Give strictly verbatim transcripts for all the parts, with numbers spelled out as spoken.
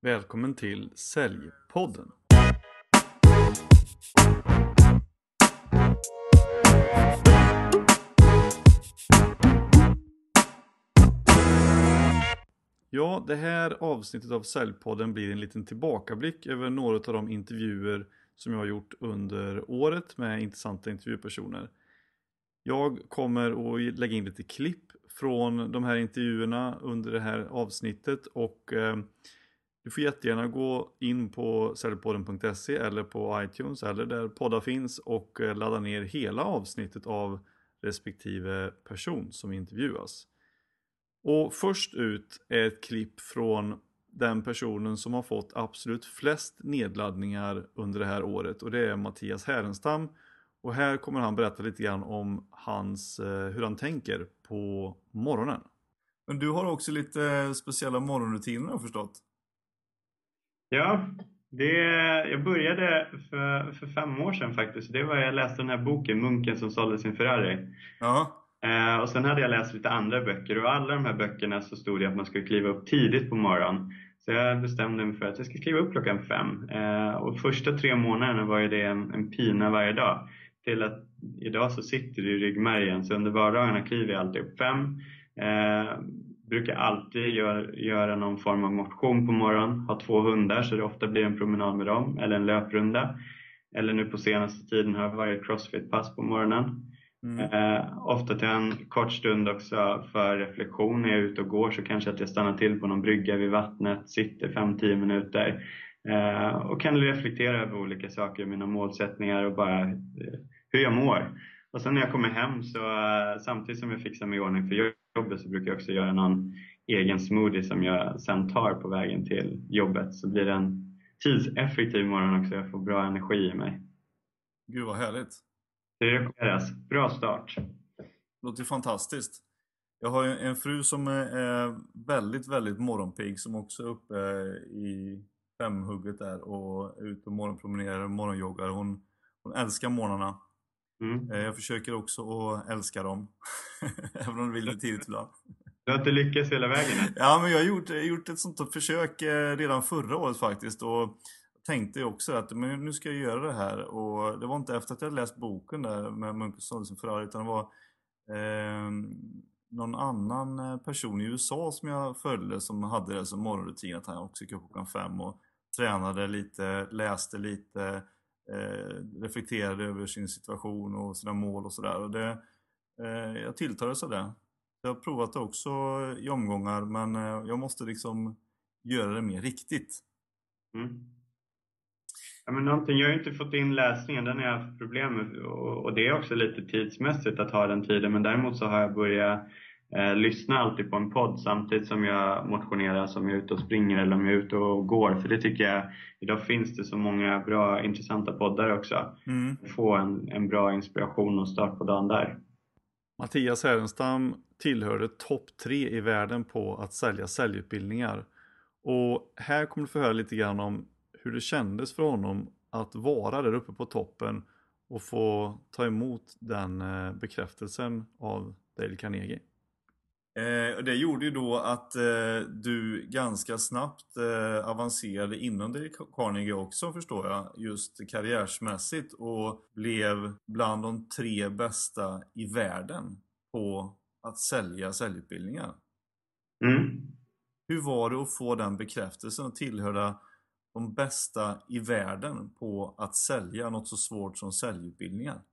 Välkommen till Säljpodden. Ja, det här avsnittet av Säljpodden blir en liten tillbakablick över några av de intervjuer som jag har gjort under året med intressanta intervjupersoner. Jag kommer att lägga in lite klipp från de här intervjuerna under det här avsnittet och eh, du får jättegärna gå in på säljpodden punkt se eller på iTunes eller där poddar finns och eh, ladda ner hela avsnittet av respektive person som intervjuas. Och först ut är ett klipp från den personen som har fått absolut flest nedladdningar under det här året och det är Mattias Härenstam. Och här kommer han berätta lite grann om hans, hur han tänker på morgonen. Men du har också lite speciella morgonrutiner, har jag förstått. Ja, det, jag började för, för fem år sedan faktiskt. Det var jag läste den här boken, Munken som sålde sin Ferrari. Ja. Eh, och sen hade jag läst lite andra böcker. Och alla de här böckerna så stod det att man skulle kliva upp tidigt på morgonen. Så jag bestämde mig för att jag ska kliva upp klockan fem. Eh, och första tre månaderna var ju det en, en pina varje dag. Till att idag så sitter det i ryggmärgen. Så under vardagarna kliver jag alltid upp fem. Eh, brukar alltid gör, göra någon form av motion på morgonen. Har två hundar så det ofta blir en promenad med dem. Eller en löprunda. Eller nu på senaste tiden har jag varit crossfit-pass på morgonen. Mm. Eh, ofta till en kort stund också för reflektion. När jag är ute och går så kanske att jag stannar till på någon brygga vid vattnet. Sitter fem till tio minuter. Eh, och kan reflektera över olika saker. Mina målsättningar och bara eh, hur jag mår. Och sen när jag kommer hem så uh, samtidigt som jag fixar mig i ordning för jobbet så brukar jag också göra någon egen smoothie som jag sen tar på vägen till jobbet. Så blir det en tidseffektiv morgon också. Jag får bra energi i mig. Gud vad härligt. Det rekommenderas. Bra start. Det låter fantastiskt. Jag har en fru som är väldigt, väldigt morgonpigg som också är uppe i femhugget där och är ute och morgonpromenerar och morgonjoggar. Hon, hon älskar morgnarna. Mm. Jag försöker också att älska dem. Även om det vill lite tidigt ibland. Du har inte lyckats hela vägen? Ja, men jag har gjort, gjort ett sånt försök redan förra året faktiskt. Och tänkte också att men nu ska jag göra det här. Och det var inte efter att jag läst boken där med Munken som sålde sin Ferrari. Utan det var eh, någon annan person i U S A som jag följde. Som hade det som morgonrutin. Att han också gick upp klockan fem och tränade lite, läste lite. Eh, reflekterade över sin situation och sina mål och sådär. Och det, eh, jag tilltalades av det. Jag har provat det också i omgångar men eh, jag måste liksom göra det mer riktigt. Mm. Ja, men någonting, jag har inte fått in läsningen, den har jag haft problem med och, och det är också lite tidsmässigt att ha den tiden. Men däremot så har jag börjat eh, lyssna alltid på en podd samtidigt som jag motionerar, som jag är ute och springer eller om jag är ute och går. För det tycker jag, idag finns det så många bra, intressanta poddar också. Mm. Få en, en bra inspiration och start på dagen där. Mattias Härenstam tillhörde topp tre i världen på att sälja säljutbildningar. Och här kommer du få höra lite grann om hur det kändes för honom att vara där uppe på toppen och få ta emot den bekräftelsen av Dale Carnegie. Eh, det gjorde ju då att eh, du ganska snabbt eh, avancerade inom Dale Carnegie också, förstår jag, just karriärsmässigt och blev bland de tre bästa i världen på att sälja säljutbildningar. Mm. Hur var det att få den bekräftelsen och tillhöra de bästa i världen på att sälja något så svårt som säljutbildningar?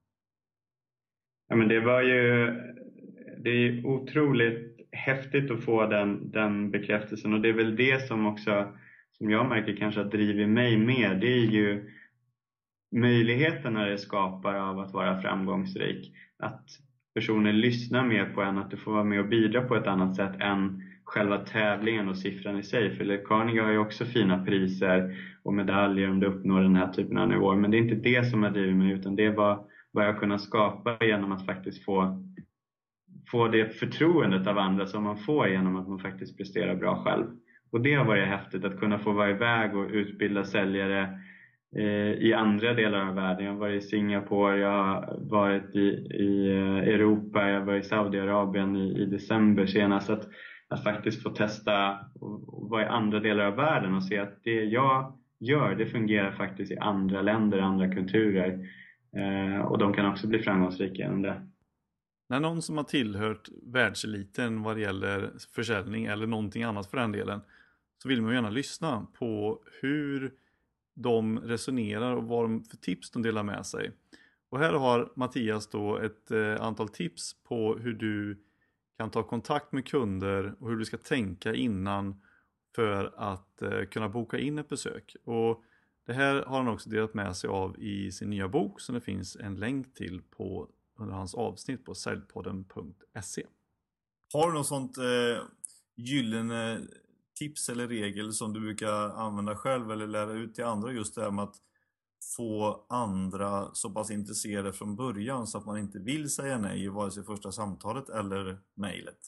Ja, men det var ju det är otroligt häftigt att få den, den bekräftelsen och det är väl det som också som jag märker kanske att driver mig mer. Det är ju möjligheterna det skapar av att vara framgångsrik. Att personer lyssnar mer på en, att du får vara med och bidra på ett annat sätt än själva tävlingen och siffran i sig. För Carnegie har ju också fina priser och medaljer om du uppnår den här typen av nivåer. Men det är inte det som har drivit mig utan det är vad, vad jag kunnat skapa genom att faktiskt få, få det förtroendet av andra som man får genom att man faktiskt presterar bra själv. Och det har varit häftigt att kunna få vara iväg och utbilda säljare eh, i andra delar av världen. Jag har varit i Singapore, jag har varit i, i Europa, jag var i Saudiarabien i, i december senast. Så att att faktiskt få testa och, och vara i andra delar av världen och se att det jag gör, det fungerar faktiskt i andra länder, andra kulturer. Eh, och de kan också bli framgångsrika genom det. När någon som har tillhört världseliten vad det gäller försäljning eller någonting annat för den delen, så vill man gärna lyssna på hur de resonerar och vad de för tips de delar med sig. Och här har Mattias då ett eh, antal tips på hur du kan ta kontakt med kunder och hur du ska tänka innan för att eh, kunna boka in ett besök. Och det här har han också delat med sig av i sin nya bok som det finns en länk till på under hans avsnitt på säljpodden punkt se. Har du något sånt eh, gyllene tips eller regel som du brukar använda själv eller lära ut till andra, just det här med att få andra så pass intresserade från början så att man inte vill säga nej i vare sig första samtalet eller mejlet?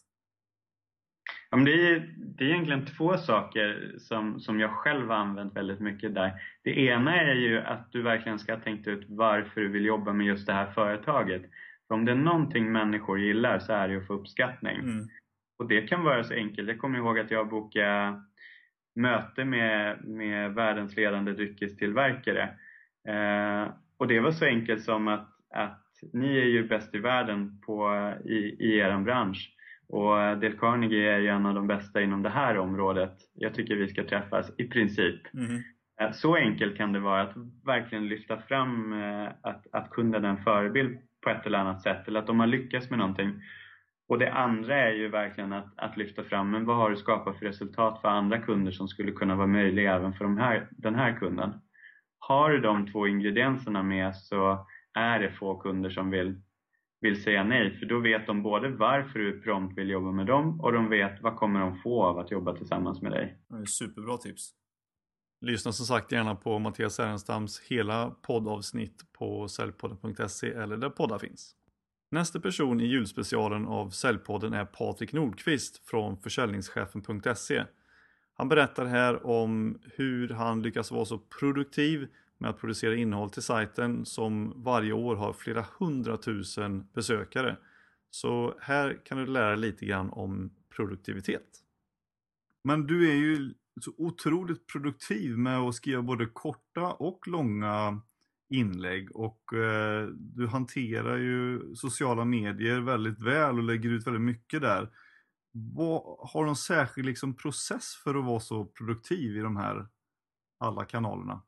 Ja, men det, är, det är egentligen två saker som, som jag själv har använt väldigt mycket där. Det ena är ju att du verkligen ska ha tänkt ut varför du vill jobba med just det här företaget. För om det är någonting människor gillar så är det att få uppskattning. Mm. Och det kan vara så enkelt. Jag kommer ihåg att jag bokade möte med, med världens ledande dryckestillverkare. Eh, och det var så enkelt som att, att ni är ju bäst i världen på, i, i er bransch. Och Dale Carnegie är ju en av de bästa inom det här området. Jag tycker vi ska träffas i princip. Mm. Så enkelt kan det vara att verkligen lyfta fram att, att kunden är en förebild på ett eller annat sätt. Eller att de har lyckats med någonting. Och det andra är ju verkligen att, att lyfta fram, men vad har du skapat för resultat för andra kunder som skulle kunna vara möjliga även för de här, den här kunden. Har du de två ingredienserna med så är det få kunder som vill vill säga nej, för då vet de både varför du prompt vill jobba med dem och de vet vad kommer de få av att jobba tillsammans med dig. Superbra tips. Lyssna som sagt gärna på Mattias Ehrenstams hela poddavsnitt på säljpodden punkt se eller där poddar finns. Nästa person i julspecialen av Säljpodden är Patrik Nordqvist från försäljningschefen punkt se. Han berättar här om hur han lyckas vara så produktiv med att producera innehåll till sajten som varje år har flera hundratusen besökare. Så här kan du lära dig lite grann om produktivitet. Men du är ju så otroligt produktiv med att skriva både korta och långa inlägg. Och eh, du hanterar ju sociala medier väldigt väl och lägger ut väldigt mycket där. Vad, har du någon särskild liksom, process för att vara så produktiv i de här alla kanalerna?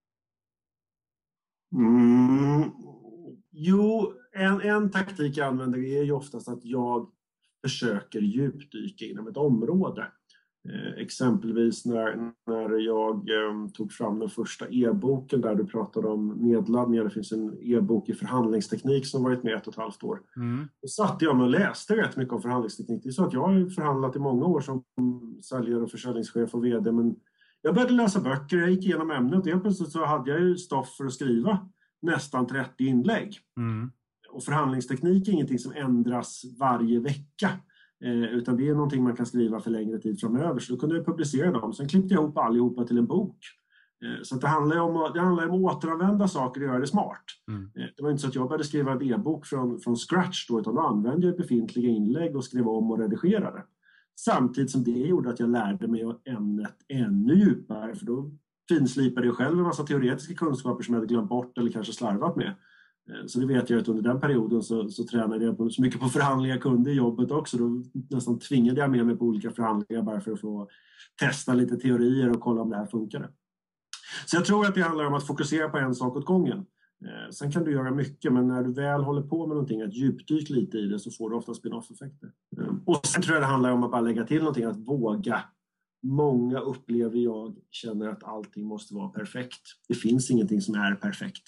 Mm. Jo, en, en taktik jag använder är ju oftast att jag försöker djupdyka inom ett område. Eh, exempelvis när, när jag eh, tog fram den första e-boken där du pratade om nedladdningar. Det finns en e-bok i förhandlingsteknik som varit med ett och ett halvt år. Mm. Då satte jag mig och läste rätt mycket om förhandlingsteknik. Det är så att jag har förhandlat i många år som säljare och försäljningschef och vd, men jag började läsa böcker, jag gick igenom ämnet och helt plötsligt så hade jag ju stoff för att skriva nästan trettio inlägg. Mm. Och förhandlingsteknik är ingenting som ändras varje vecka. Eh, utan det är någonting man kan skriva för längre tid framöver. Så då kunde jag publicera dem. Sen klippte jag ihop allihopa till en bok. Eh, så det handlar om, det handlar om att återanvända saker och göra det smart. Mm. Eh, det var inte så att jag började skriva en e-bok från, från scratch då, utan då använde jag befintliga inlägg och skrev om och redigerade. Samtidigt som det gjorde att jag lärde mig ämnet ännu djupare, för då finslipade jag själv en massa teoretiska kunskaper som jag hade glömt bort eller kanske slarvat med. Så det vet jag att under den perioden så, så tränade jag så mycket på förhandlingar kunde i jobbet också. Då nästan tvingade jag med mig på olika förhandlingar bara för att få testa lite teorier och kolla om det här funkade. Så jag tror att det handlar om att fokusera på en sak åt gången. Sen kan du göra mycket, men när du väl håller på med någonting, att djupdyka lite i det, så får du ofta spin-off-effekter. Och sen tror jag det handlar om att bara lägga till någonting, att våga. Många upplever jag känner att allting måste vara perfekt. Det finns ingenting som är perfekt.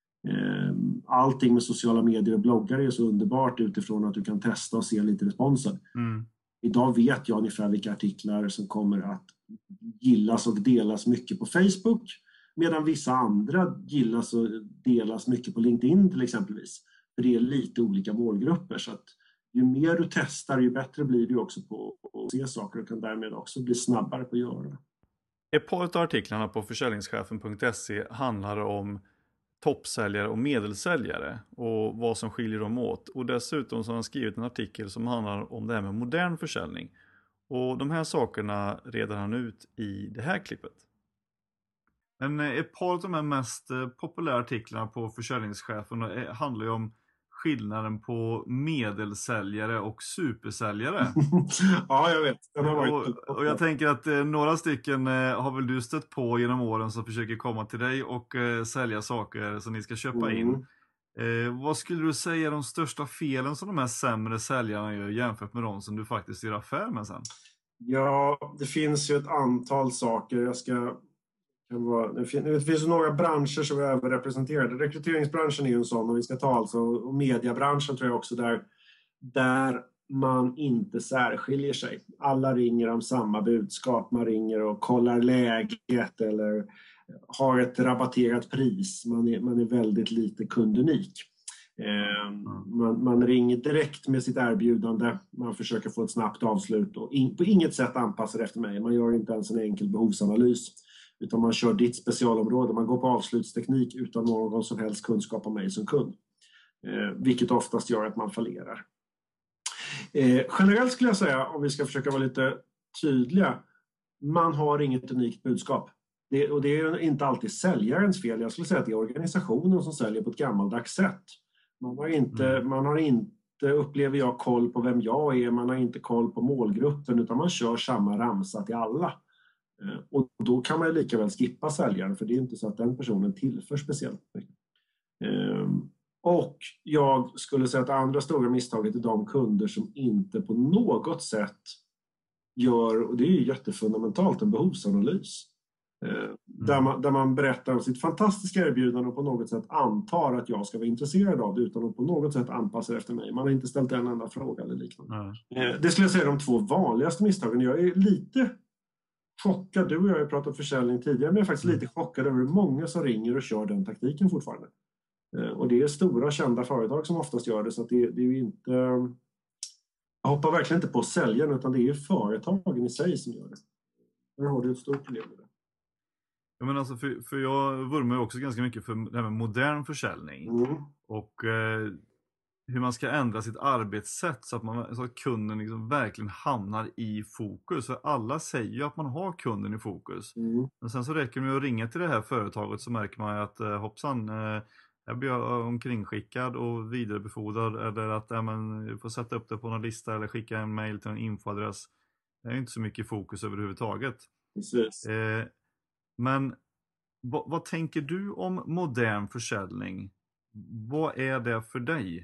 Allting med sociala medier och bloggar är så underbart utifrån att du kan testa och se lite responser. Mm. Idag vet jag ungefär vilka artiklar som kommer att gillas och delas mycket på Facebook, medan vissa andra gillas och delas mycket på LinkedIn till exempelvis. För det är lite olika målgrupper, så att ju mer du testar, ju bättre blir du också på att se saker och kan därmed också bli snabbare på att göra det. Ett par av artiklarna på försäljningschefen punkt se handlar om toppsäljare och medelsäljare och vad som skiljer dem åt. Och dessutom så har han skrivit en artikel som handlar om det här med modern försäljning. Och de här sakerna reder han ut i det här klippet. Men ett par av de här mest populära artiklarna på försäljningschefen handlar ju om skillnaden på medelsäljare och supersäljare. Ja, jag vet. Den har varit... och, och jag tänker att eh, några stycken eh, har väl du stött på genom åren som försöker komma till dig och eh, sälja saker som ni ska köpa Mm. in. Eh, vad skulle du säga är de största felen som de här sämre säljarna gör jämfört med de som du faktiskt gör affär med sen? Ja, det finns ju ett antal saker. Jag ska... Det finns ju några branscher som är överrepresenterade. Rekryteringsbranschen är ju en sån, och vi ska ta alltså, och mediebranschen tror jag också, där, där man inte särskiljer sig. Alla ringer om samma budskap. Man ringer och kollar läget eller har ett rabatterat pris. Man är, man är väldigt lite kundunik. Eh, man, man ringer direkt med sitt erbjudande. Man försöker få ett snabbt avslut och in, på inget sätt anpassar efter mig. Man gör inte ens en enkel behovsanalys. Utan man kör ditt specialområde. Man går på avslutsteknik utan någon som helst kunskap om mig som kund. Eh, vilket oftast gör att man fallerar. Eh, generellt skulle jag säga, om vi ska försöka vara lite tydliga. Man har inget unikt budskap. Det, och det är inte alltid säljarens fel. Jag skulle säga att det är organisationen som säljer på ett gammaldags sätt. Man har inte, mm. man har inte, upplever jag, koll på vem jag är. Man har inte koll på målgruppen, utan man kör samma ramsa till alla. Och då kan man ju lika väl skippa säljaren, för det är inte så att den personen tillför speciellt mycket. Och jag skulle säga att det andra stora misstaget är de kunder som inte på något sätt gör, och det är ju jättefundamentalt, en behovsanalys. Mm. Där, man, där man berättar om sitt fantastiska erbjudande och på något sätt antar att jag ska vara intresserad av det utan att på något sätt anpassa efter mig. Man har inte ställt en enda fråga eller liknande. Mm. Det skulle jag säga är de två vanligaste misstagen. Jag är lite chockad, du och jag har ju pratat försäljning tidigare, men jag är faktiskt lite chockad över hur många som ringer och kör den taktiken fortfarande. Och det är stora kända företag som oftast gör det, så att det, det är ju inte... Jag hoppar verkligen inte på säljaren, utan det är ju företagen i sig som gör det. Där har du ett stort problem med det. Ja, men alltså för, för jag vurmar ju också ganska mycket för det här med modern försäljning. Mm. Och eh, hur man ska ändra sitt arbetssätt så att, man, så att kunden liksom verkligen hamnar i fokus. För alla säger ju att man har kunden i fokus. Mm. Men sen så räcker det med att ringa till det här företaget, så märker man att eh, hoppsan, eh, jag blir omkringskickad och vidarebefordrad. Eller att eh, man får sätta upp det på någon lista eller skicka en mail till en infoadress. Det är inte så mycket fokus överhuvudtaget. Precis. Eh, men vad, vad tänker du om modern försäljning? Vad är det för dig?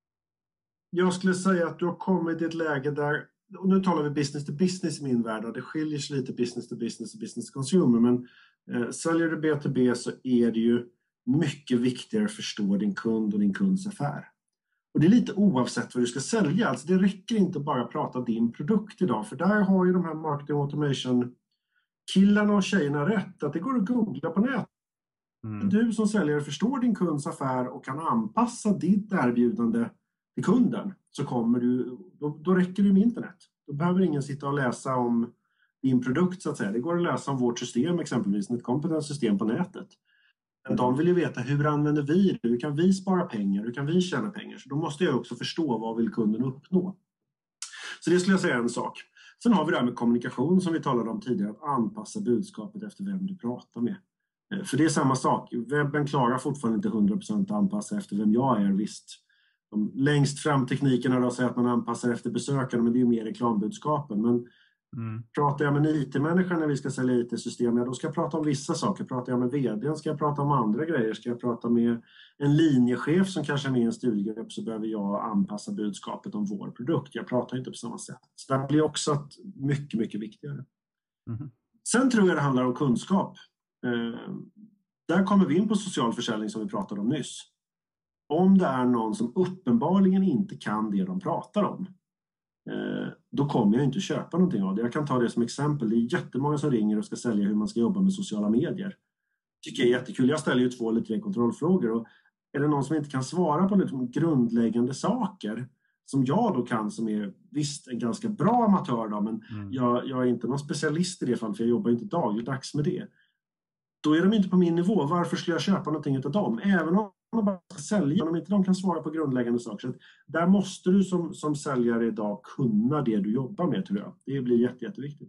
Jag skulle säga att du har kommit i ett läge där, och nu talar vi business to business i min värld, och det skiljer sig lite business to business och business to consumer, men eh, säljer du B to B så är det ju mycket viktigare att förstå din kund och din kunds affär. Och det är lite oavsett vad du ska sälja, alltså det räcker inte bara att prata din produkt idag, för där har ju de här marketing automation killarna och tjejerna rätt, att det går att googla på nätet. Mm. Du som säljare förstår din kunds affär och kan anpassa ditt erbjudande till kunden, så kommer du, då, då räcker det med internet. Då behöver ingen sitta och läsa om din produkt så att säga. Det går att läsa om vårt system, exempelvis ett kompetenssystem på nätet. Men de vill ju veta, hur använder vi det? Hur kan vi spara pengar? Hur kan vi tjäna pengar? Så då måste jag också förstå, vad vill kunden uppnå? Så det skulle jag säga är en sak. Sen har vi det här med kommunikation som vi talade om tidigare, att anpassa budskapet efter vem du pratar med. För det är samma sak. Webben klarar fortfarande inte hundra procent att anpassa efter vem jag är, visst. De längst fram teknikerna då säger att man anpassar efter besökaren, men det är ju mer reklambudskapen. Men mm. pratar jag med en I T-människa när vi ska sälja I T-system, ja, då ska jag prata om vissa saker. Pratar jag med vdn ska jag prata om andra grejer. Ska jag prata med en linjechef som kanske är med i en studiegrupp, så behöver jag anpassa budskapet om vår produkt. Jag pratar inte på samma sätt. Så det blir också ett mycket, mycket viktigare. Mm. Sen tror jag det handlar om kunskap. Eh, där kommer vi in på social försäljning som vi pratade om nyss. Om det är någon som uppenbarligen inte kan det de pratar om, eh, då kommer jag inte köpa någonting av det. Jag kan ta det som exempel. Det är jättemånga som ringer och ska sälja hur man ska jobba med sociala medier. Tycker jag är jättekul. Jag ställer ju två eller tre kontrollfrågor, och är det någon som inte kan svara på liksom grundläggande saker som jag då kan, som är visst en ganska bra amatör då, men mm. jag, jag är inte någon specialist i det fallet, för jag jobbar inte dagligdags med det. Då är de inte på min nivå. Varför skulle jag köpa någonting av dem? Även om och bara ska sälja, om inte de kan svara på grundläggande saker. Så där måste du som, som säljare idag kunna det du jobbar med, tror jag. Det blir jätte, jätteviktigt.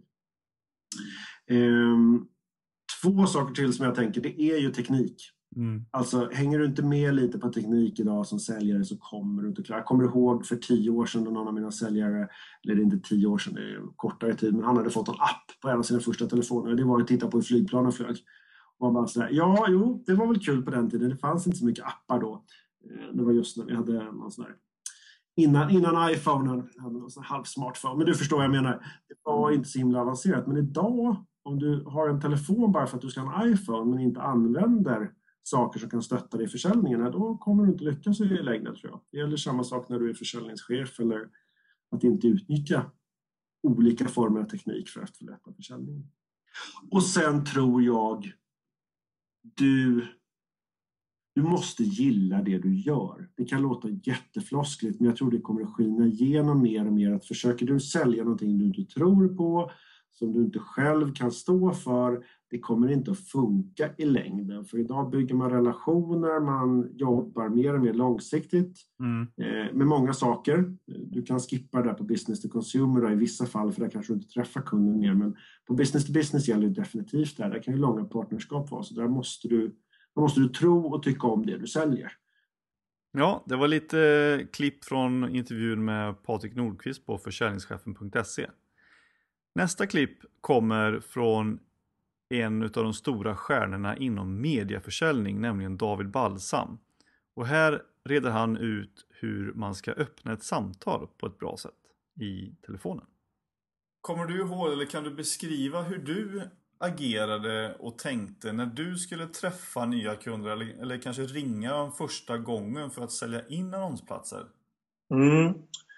Um, två saker till som jag tänker, det är ju teknik. Mm. Alltså hänger du inte med lite på teknik idag som säljare så kommer du inte klara. Jag kommer ihåg för tio år sedan då någon av mina säljare, eller det är inte tio år sedan, det är kortare tid, men han hade fått en app på en av sina första telefoner. Det var att titta på hur flygplanen flög. Och man bara sådär, ja, jo, det var väl kul på den tiden. Det fanns inte så mycket appar då. Det var just när vi hade någon sån där, innan, innan iPhone hade någon sån halv smartphone. Men du förstår vad jag menar. Det var inte så himla avancerat. Men idag, om du har en telefon bara för att du ska ha en iPhone men inte använder saker som kan stötta dig i försäljningen, då kommer du inte lyckas i längden, tror jag. Det gäller samma sak när du är försäljningschef, eller att inte utnyttja olika former av teknik för att förbättra försäljningen. Och sen tror jag du, du måste gilla det du gör. Det kan låta jättefloskligt, men jag tror det kommer att skina igenom mer och mer att försöker du sälja någonting du inte tror på, som du inte själv kan stå för, det kommer inte att funka i längden. För idag bygger man relationer, man jobbar mer och mer långsiktigt mm. eh, med många saker. Du kan skippa det på business to consumer då, i vissa fall, för där kanske du inte träffar kunden mer. Men på business to business gäller det definitivt där. Där kan ju långa partnerskap vara. Så där måste du, där måste du tro och tycka om det du säljer. Ja, det var lite klipp från intervjun med Patrik Nordqvist på försäljningschefen punkt se. Nästa klipp kommer från en av de stora stjärnorna inom mediaförsäljning, nämligen David Balsam. Och här reder han ut hur man ska öppna ett samtal på ett bra sätt i telefonen. Kommer du ihåg, eller kan du beskriva hur du agerade och tänkte när du skulle träffa nya kunder eller, eller kanske ringa första gången för att sälja in annonsplatser? Mm.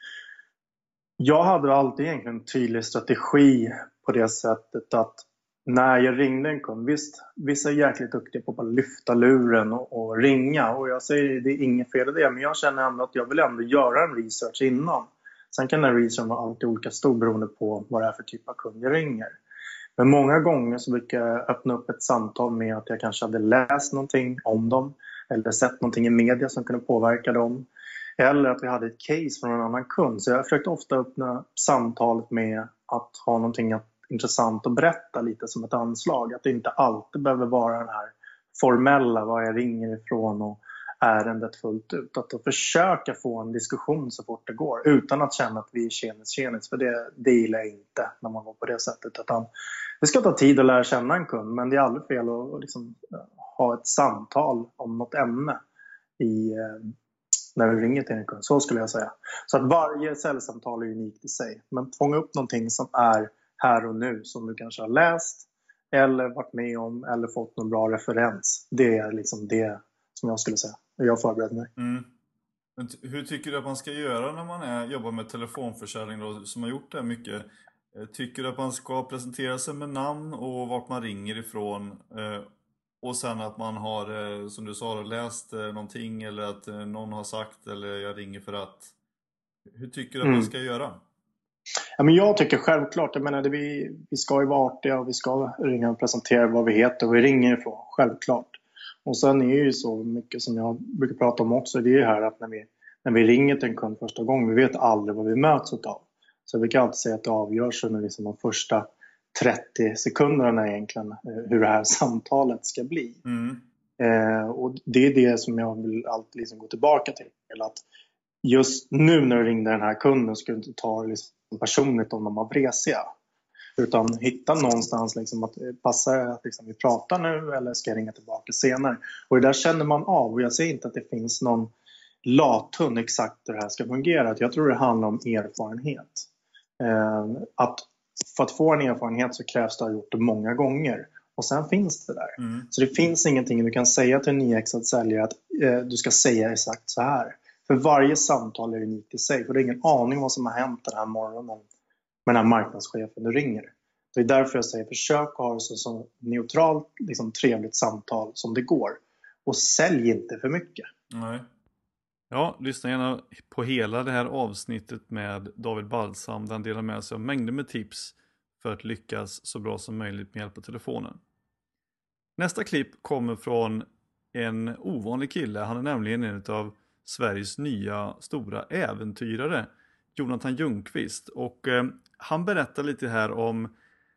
Jag hade alltid egentligen en tydlig strategi på det sättet att när jag ringde en kund, visst, vissa är jäkligt duktiga på att bara lyfta luren och, och ringa. Och jag säger, det är inget fel i det, men jag känner ändå att jag vill ändå göra en research innan. Sen kan den researchen vara alltid olika stor beroende på vad det är för typ av kund jag ringer. Men många gånger så brukar jag öppna upp ett samtal med att jag kanske hade läst någonting om dem. Eller sett någonting i media som kunde påverka dem. Eller att vi hade ett case från en annan kund. Så jag försökte ofta öppna samtalet med att ha någonting intressant att berätta lite som ett anslag. Att det inte alltid behöver vara den här formella, var jag ringer ifrån och ärendet fullt ut. Att då försöka få en diskussion så fort det går. Utan att känna att vi är tjenis-tjenis. För det, det gillar jag inte när man går på det sättet. Utan det ska ta tid att lära känna en kund. Men det är aldrig fel att liksom ha ett samtal om något ämne i... när du ringer till en kund, så skulle jag säga. Så att varje säljsamtal är unikt i sig. Men fånga upp någonting som är här och nu, som du kanske har läst eller varit med om eller fått någon bra referens. Det är liksom det som jag skulle säga. Jag förbereder mig. Mm. Men t- hur tycker du att man ska göra när man är, jobbar med telefonförsäljning då, som har gjort det mycket? Tycker du att man ska presentera sig med namn och vart man ringer ifrån? Eh, Och sen att man har, som du sa, läst någonting eller att någon har sagt eller jag ringer för att. Hur tycker du att mm. man ska göra? Ja, men jag tycker självklart, jag menar, det vi, vi ska ju vara artiga och vi ska ringa och presentera vad vi heter och vi ringer ifrån, självklart. Och sen är det ju så mycket som jag brukar prata om också, det är ju här att när vi, när vi ringer till en kund första gången, vi vet aldrig vad vi möts av. Så vi kan alltid säga att det avgörs med liksom de första trettio sekunderna egentligen hur det här samtalet ska bli. Mm. Eh, och det är det som jag vill alltid liksom gå tillbaka till. Att just nu när du ringde den här kunden ska du inte ta liksom personligt om de var vresiga. Utan hitta någonstans liksom att passar det att liksom vi pratar nu eller ska jag ringa tillbaka senare. Och det där känner man av. Och jag säger inte att det finns någon lathund exakt hur det här ska fungera. Jag tror det handlar om erfarenhet. Eh, att För att få en erfarenhet så krävs det att ha gjort det många gånger. Och sen finns det där. Mm. Så det finns ingenting du kan säga till en nyexad säljare att eh, du ska säga exakt så här. För varje samtal är unikt i sig. För det är ingen aning vad som har hänt den här morgonen med den här marknadschefen du ringer. Det är därför jag säger försök att ha det så, så neutralt, liksom, trevligt samtal som det går. Och sälj inte för mycket. Nej. Ja, lyssna gärna på hela det här avsnittet med David Balsam. Den delar med sig av mängder med tips för att lyckas så bra som möjligt med hjälp av telefonen. Nästa klipp kommer från en ovanlig kille. Han är nämligen en av Sveriges nya stora äventyrare, Jonathan Ljungqvist. Och eh, han berättar lite här om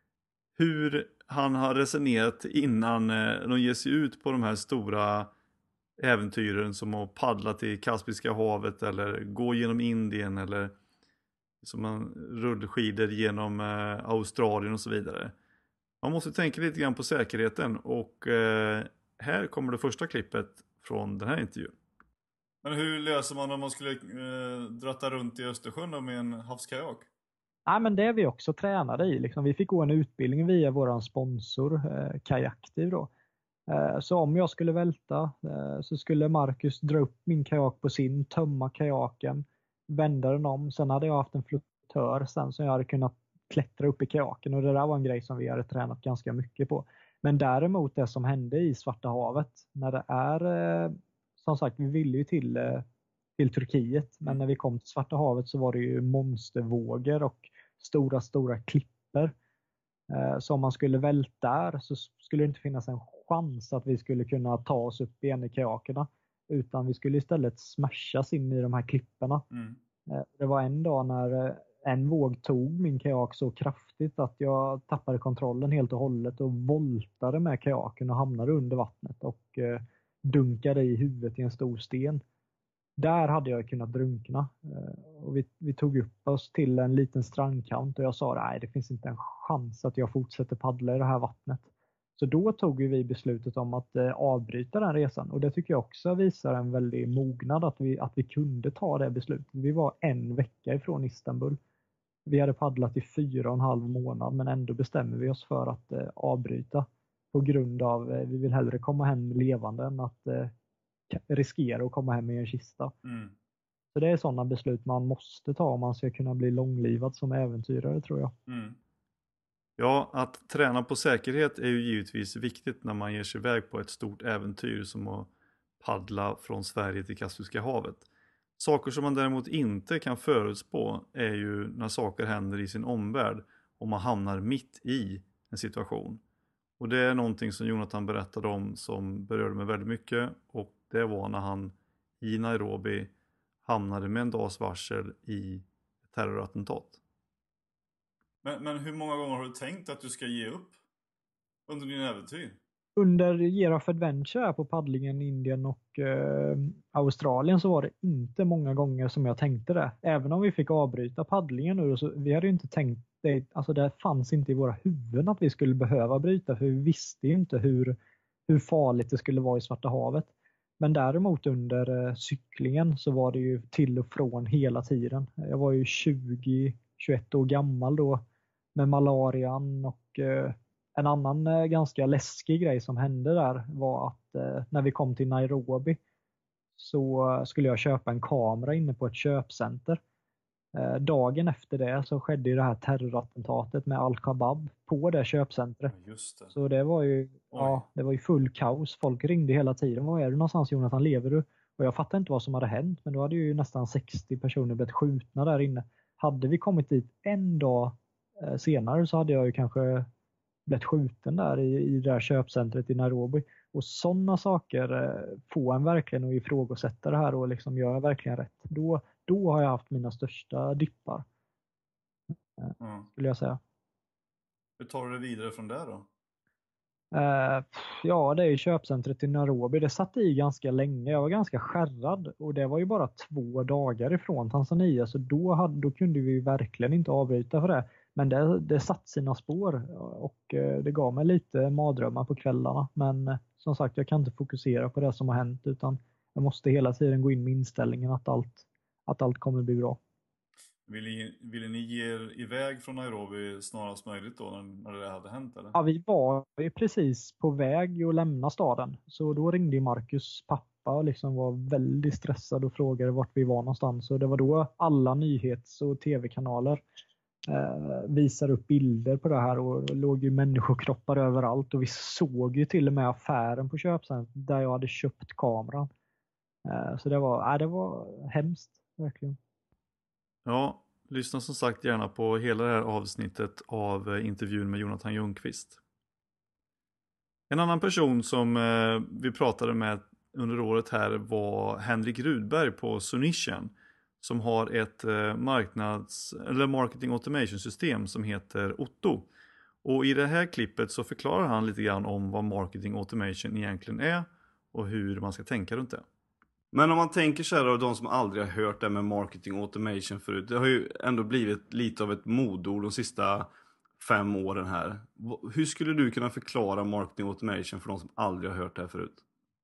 hur han har resonerat innan eh, de ger sig ut på de här stora äventyren, som att paddla till Kaspiska havet eller gå genom Indien, eller som man rullskidor genom eh, Australien och så vidare. Man måste tänka lite grann på säkerheten, och eh, här kommer det första klippet från den här intervjun. Men hur löser man om man skulle eh, dratta runt i Östersjön då med en havskajak? Ja, men det är vi också tränade i. Liksom. Vi fick gå en utbildning via vår sponsor, eh, Kajaktiv då. Eh, så om jag skulle välta eh, så skulle Marcus dra upp min kajak på sin, tömma kajaken, vända den om. Sen hade jag haft en flottör sen som jag hade kunnat klättra upp i kajaken, och det där var en grej som vi hade tränat ganska mycket på. Men däremot det som hände i Svarta havet, när det är, eh, som sagt, vi ville ju till, eh, till Turkiet, men när vi kom till Svarta havet så var det ju monstervågor och stora, stora klipper. Eh, så om man skulle välta där så skulle det inte finnas en chans att vi skulle kunna ta oss upp igen i kajakerna, utan vi skulle istället smashas in i de här klipporna. Mm. Eh, det var en dag när eh, en våg tog min kajak så kraftigt att jag tappade kontrollen helt och hållet och voltade med kajaken och hamnade under vattnet och eh, dunkade i huvudet i en stor sten. Där hade jag kunnat drunkna. Eh, och vi, vi tog upp oss till en liten strandkant och jag sa nej, det finns inte en chans att jag fortsätter paddla i det här vattnet. Så då tog vi beslutet om att eh, avbryta den resan, och det tycker jag också visar en väldig mognad att vi, att vi kunde ta det beslutet. Vi var en vecka ifrån Istanbul. Vi hade paddlat i fyra och en halv månad, men ändå bestämmer vi oss för att eh, avbryta på grund av eh, vi vill hellre komma hem levande än att eh, riskera att komma hem i en kista. Mm. Så det är sådana beslut man måste ta om man ska kunna bli långlivad som äventyrare, tror jag. Mm. Ja, att träna på säkerhet är ju givetvis viktigt när man ger sig iväg på ett stort äventyr som att paddla från Sverige till Kaspiska havet. Saker som man däremot inte kan förutspå är ju när saker händer i sin omvärld och man hamnar mitt i en situation. Och det är någonting som Jonathan berättade om som berörde mig väldigt mycket, och det var när han i Nairobi hamnade med en dags varsel i ett terrorattentat. Men, men hur många gånger har du tänkt att du ska ge upp under din äventyr? Under Year of Adventure på paddlingen i Indien och eh, Australien så var det inte många gånger som jag tänkte det. Även om vi fick avbryta paddlingen nu, så vi hade ju inte tänkt det, alltså det fanns inte i våra huvuden att vi skulle behöva bryta, för vi visste ju inte hur, hur farligt det skulle vara i Svarta havet. Men däremot under eh, cyklingen så var det ju till och från hela tiden. Jag var ju tjugo tjugoett år gammal då med malarian, och eh, en annan eh, ganska läskig grej som hände där var att eh, när vi kom till Nairobi så eh, skulle jag köpa en kamera inne på ett köpcenter. Eh, dagen efter det så skedde ju det här terrorattentatet med Al-Shabaab på det köpcentret. Ja, just det. Så det var ju ja, det var ju full kaos. Folk ringde hela tiden. Var är du någonstans, Jonathan? Lever du? Och jag fattade inte vad som hade hänt, men då hade ju nästan sextio personer blivit skjutna där inne. Hade vi kommit dit en dag eh, senare så hade jag ju kanske blivit skjuten där i, i det här köpcentret i Nairobi. Och sådana saker eh, får en verkligen att ifrågasätta det här och liksom göra verkligen rätt. Då, då har jag haft mina största dippar. Eh, mm. Skulle jag säga. Hur tar du det vidare från där då? Eh, ja, det är ju köpcentret i Nairobi. Det satt i ganska länge. Jag var ganska skärrad. Och det var ju bara två dagar ifrån Tanzania. Så då, hade, då kunde vi verkligen inte avbryta för det. Men det, det satt sina spår. Och eh, det gav mig lite mardrömmar på kvällarna. Men eh, som sagt, jag kan inte fokusera på det som har hänt. Utan jag måste hela tiden gå in med inställningen att allt, att allt kommer bli bra. Ville, ville ni ge er iväg från Nairobi snarast möjligt då när, när det hade hänt, eller? Ja, vi var ju precis på väg att lämna staden. Så då ringde Marcus pappa och liksom var väldigt stressad och frågade vart vi var någonstans. Så det var då alla nyhets- och tv-kanaler eh, visade upp bilder på det här, och det låg ju människokroppar överallt. Och vi såg ju till och med affären på köpcentret där jag hade köpt kameran. Eh, så det var, äh, det var hemskt, verkligen. Ja, lyssna som sagt gärna på hela det här avsnittet av intervjun med Jonathan Ljungqvist. En annan person som eh, vi pratade med under året här var Henrik Rudberg på Sunition, som har ett eh, marknads eller marketing automation system som heter Otto. Och i det här klippet så förklarar han lite grann om vad marketing automation egentligen är och hur man ska tänka runt det. Men om man tänker så här då, de som aldrig har hört det med marketing automation förut, det har ju ändå blivit lite av ett modord de sista fem åren här. Hur skulle du kunna förklara marketing automation för de som aldrig har hört det här förut?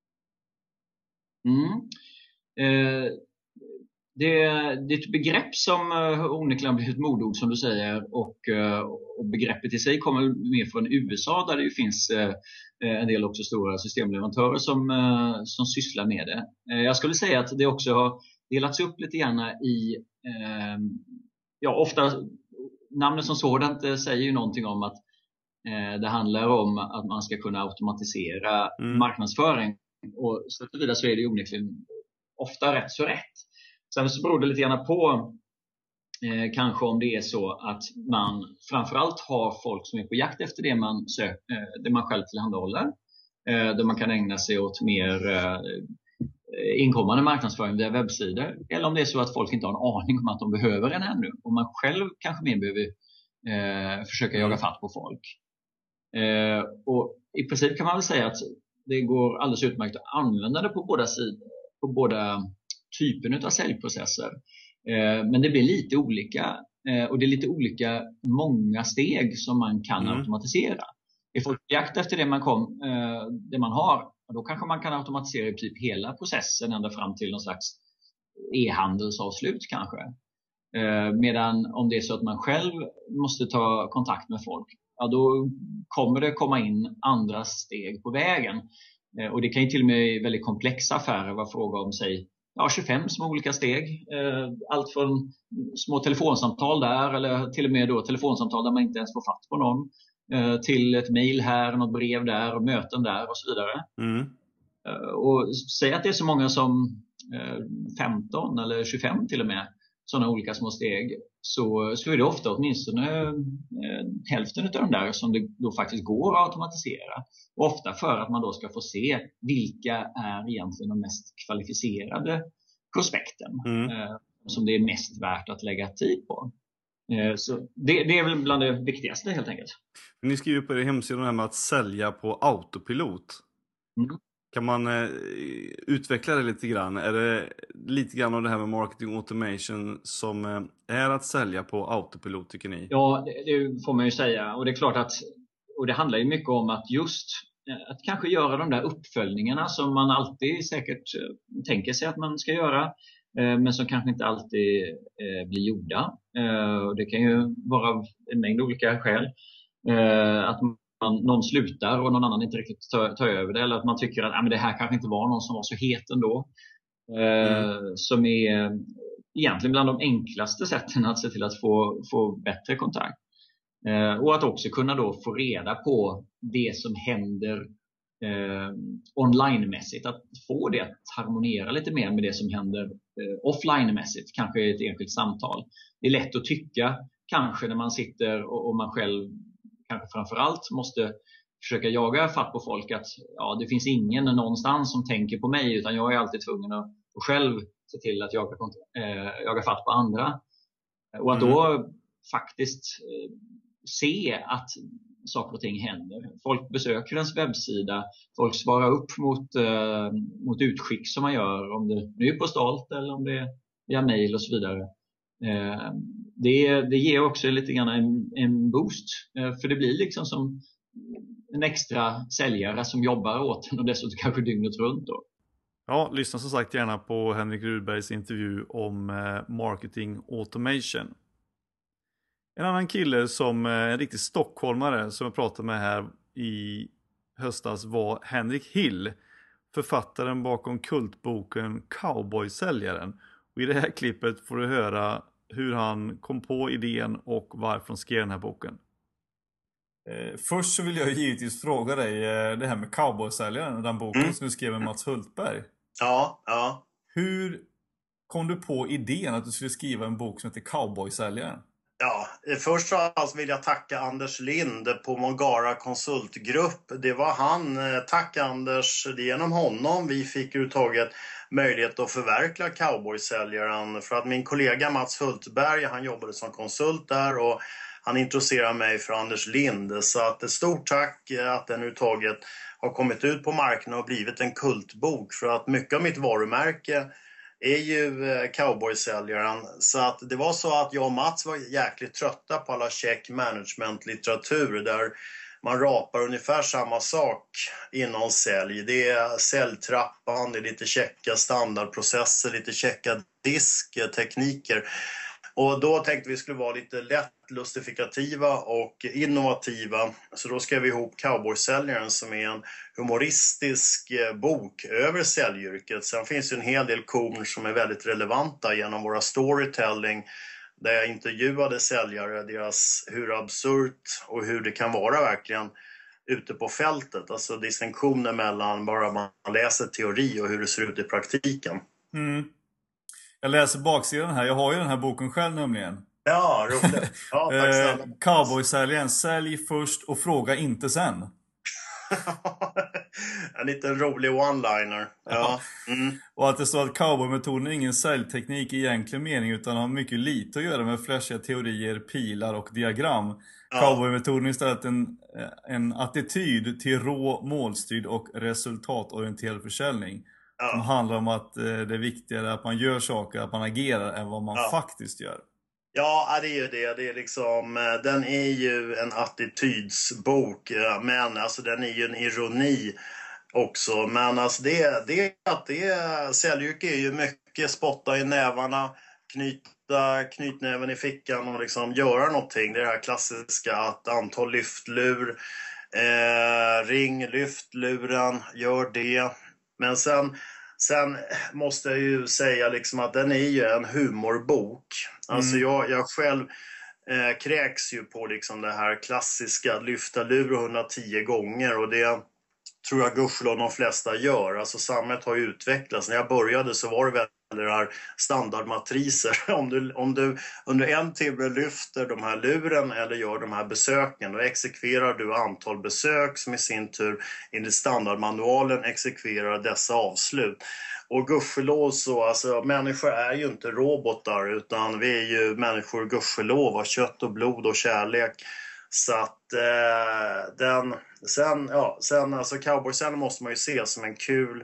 Mm. Eh, det, det är ett begrepp som uh, onekligen blivit ett modord som du säger, och, uh, och begreppet i sig kommer mer från U S A där det ju finns uh, en del också stora systemleverantörer som, uh, som sysslar med det. Uh, jag skulle säga att det också har delats upp lite grann i uh, ja, ofta namnet som sådant säger ju någonting om att uh, det handlar om att man ska kunna automatisera mm. marknadsföring, och så vidare, så är det ju onekligen ofta rätt så rätt. Sen så beror det lite grann på eh, kanske om det är så att man framförallt har folk som är på jakt efter det man, sök, eh, det man själv tillhandahåller. Eh, där man kan ägna sig åt mer eh, inkommande marknadsföring via webbsidor. Eller om det är så att folk inte har en aning om att de behöver en ännu. Och man själv kanske mer behöver eh, försöka jaga fatt på folk. Eh, och i princip kan man väl säga att det går alldeles utmärkt att använda det på båda sidor, på båda typen av säljprocesser. Eh, men det blir lite olika eh, och det är lite olika många steg som man kan mm. automatisera. Är folk på jakt efter det man, kom, eh, det man har, då kanske man kan automatisera typ hela processen ända fram till någon slags e-handelsavslut kanske. Eh, medan om det är så att man själv måste ta kontakt med folk, ja, då kommer det komma in andra steg på vägen. Eh, och det kan ju till och med i väldigt komplexa affärer vara fråga om sig ja, tjugofem små olika steg. Eh, allt från små telefonsamtal där, eller till och med då telefonsamtal där man inte ens får fatt på någon, eh, till ett mejl här, något brev där och möten där och så vidare. Mm. Eh, och säg att det är så många som eh, femton eller tjugofem till och med sådana olika små steg, så, så är det ofta åtminstone eh, hälften av de där som det då faktiskt går att automatisera. Och ofta för att man då ska få se vilka är egentligen de mest kvalificerade prospekten mm. eh, som det är mest värt att lägga tid på. Eh, så det, det är väl bland det viktigaste helt enkelt. Ni skriver på er hemsida här med att sälja på autopilot. Mm. Kan man eh, utveckla det lite grann? Är det lite grann av det här med marketing automation som eh, är att sälja på autopilot, tycker ni? Ja, det, det får man ju säga. Och det är klart att, och det handlar ju mycket om att just eh, att kanske göra de där uppföljningarna som man alltid säkert eh, tänker sig att man ska göra, eh, men som kanske inte alltid eh, blir gjorda. Eh, och det kan ju vara av en mängd olika skäl. Eh, att man, någon slutar och någon annan inte riktigt tar, tar över det, eller att man tycker att ah, men det här kanske inte var någon som var så het ändå. Eh, mm. Som är egentligen bland de enklaste sätten att se till att få, få bättre kontakt. Eh, och att också kunna då få reda på det som händer eh, online-mässigt. Att få det att harmonera lite mer med det som händer eh, offline-mässigt. Kanske i ett enskilt samtal. Det är lätt att tycka kanske när man sitter och, och man själv kanske framförallt måste försöka jaga fatt på folk, att ja, det finns ingen någonstans som tänker på mig, utan jag är alltid tvungen att, att själv se till att jaga, äh, jaga fatt på andra. Och att då mm. faktiskt äh, se att saker och ting händer. Folk besöker ens webbsida, folk svarar upp mot, äh, mot utskick som man gör, om det nu är postalt eller om det är via mail och så vidare. Äh, det, det ger också lite grann en, en boost, äh, för det blir liksom som en extra säljare som jobbar åt en, och dessutom kanske dygnet runt då. Ja, lyssna som sagt gärna på Henrik Rudbergs intervju om eh, marketing automation. En annan kille som är eh, en riktig stockholmare som jag pratade med här i höstas var Henrik Hill, författaren bakom kultboken Cowboysäljaren. Och i det här klippet får du höra hur han kom på idén och varför han skrev den här boken. Eh, först så vill jag givetvis fråga dig eh, det här med Cowboysäljaren, den boken mm. som du skrev med Mats Hultberg. Ja, ja. Hur kom du på idén att du skulle skriva en bok som heter Cowboysäljaren? Ja, först av allt vill jag tacka Anders Lind på Mongara konsultgrupp. Det var han, tack Anders, det är genom honom vi fick uttaget möjlighet att förverkliga Cowboysäljaren. För att min kollega Mats Hultberg, han jobbade som konsult där och han introducerade mig för Anders Lind. Så att ett stort tack att den uttaget har kommit ut på marknaden och blivit en kultbok. För att mycket av mitt varumärke är ju Cowboysäljaren. Så att det var så att jag och Mats var jäkligt trötta på alla check management-litteratur där man rapar ungefär samma sak inom sälj. Det är säljtrappan, det är lite checka standardprocesser, lite checka disktekniker. Och då tänkte vi skulle vara lite lätt lustifikativa och innovativa. Så då skrev vi ihop Cowboysäljaren som är en humoristisk bok över säljyrket. Sen finns det en hel del korn som är väldigt relevanta genom våra storytelling. Där jag intervjuade säljare, deras hur absurt och hur det kan vara verkligen ute på fältet. Alltså distinktioner mellan bara man läser teori och hur det ser ut i praktiken. Mm. Jag läser baksidan här. Jag har ju den här boken själv nämligen. Ja, roligt. Ja, tack snälla. eh, Cowboysäljaren, sälj först och fråga inte sen. En liten rolig one-liner. Ja. Mm. Och att det står att cowboymetoden är ingen säljteknik i egentlig mening utan har mycket lite att göra med flashiga teorier, pilar och diagram. Ja. Cowboymetoden är istället en, en attityd till rå, målstyrd och resultatorienterad försäljning. Ja. Som handlar om att eh, det är viktigare att man gör saker, att man agerar än vad man ja. faktiskt gör. Ja, det är ju det. Det är liksom, den är ju en attitydsbok, men alltså den är ju en ironi också. Men alltså det, det, det säljyrke är ju mycket spotta i nävarna, knyta knytnäven i fickan och liksom göra någonting. Det är det här klassiska att antal lyftlur, eh, ring lyftluren, gör det. Men sen... Sen måste jag ju säga liksom att den är ju en humorbok. Alltså mm. jag, jag själv eh, kräks ju på liksom det här klassiska lyfta lur hundratio gånger. Och det tror jag gudskelov de flesta gör. Alltså samhället har ju utvecklats. När jag började så var det väl det här standardmatriser. Om du, om du under en timme lyfter de här luren eller gör de här besöken, då exekverar du antal besök som i sin tur enligt standardmanualen exekverar dessa avslut. Och gudskelov så, alltså människor är ju inte robotar utan vi är ju människor gudskelov av kött och blod och kärlek. Så att eh, den, sen, ja, sen alltså Cowboysäljaren måste man ju se som en kul